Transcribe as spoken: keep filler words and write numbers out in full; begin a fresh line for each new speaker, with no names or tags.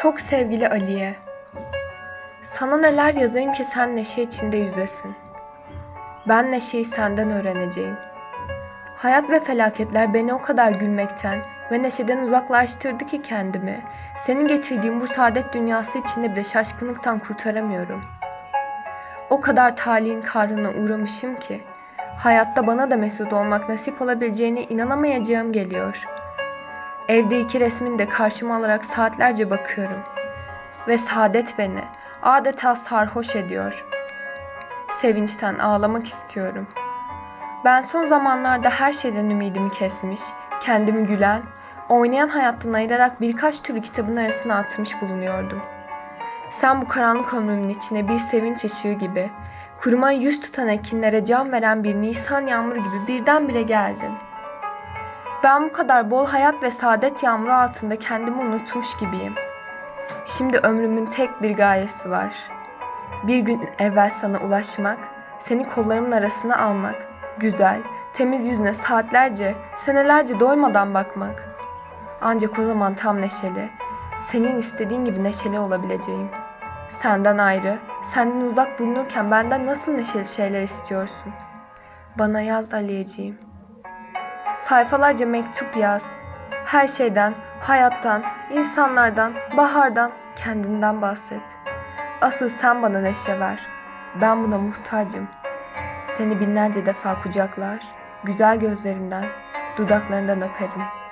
Çok sevgili Aliye, sana neler yazayım ki sen neşe içinde yüzesin. Ben neşeyi senden öğreneceğim. Hayat ve felaketler beni o kadar gülmekten ve neşeden uzaklaştırdı ki kendimi, senin getirdiğin bu saadet dünyası içinde bile şaşkınlıktan kurtaramıyorum. O kadar talihin kahrına uğramışım ki, hayatta bana da mesut olmak nasip olabileceğine inanamayacağım geliyor. Evde iki resmini de karşıma alarak saatlerce bakıyorum. Ve saadet beni adeta sarhoş ediyor. Sevinçten ağlamak istiyorum. Ben son zamanlarda her şeyden ümidimi kesmiş, kendimi gülen, oynayan hayattan ayırarak birkaç türlü kitabın arasına atmış bulunuyordum. Sen bu karanlık ömrümün içine bir sevinç ışığı gibi, kurumaya yüz tutan ekinlere can veren bir Nisan yağmuru gibi birdenbire geldin. Ben bu kadar bol hayat ve saadet yağmuru altında kendimi unutmuş gibiyim. Şimdi ömrümün tek bir gayesi var. Bir gün evvel sana ulaşmak, seni kollarımın arasına almak, güzel, temiz yüzüne saatlerce, senelerce doymadan bakmak. Ancak o zaman tam neşeli, senin istediğin gibi neşeli olabileceğim. Senden ayrı, senden uzak bulunurken benden nasıl neşeli şeyler istiyorsun? Bana yaz Aliyeciğim. Sayfalarca mektup yaz. Her şeyden, hayattan, insanlardan, bahardan, kendinden bahset. Asıl sen bana neşe ver. Ben buna muhtacım. Seni binlerce defa kucaklar, güzel gözlerinden, dudaklarından öperim.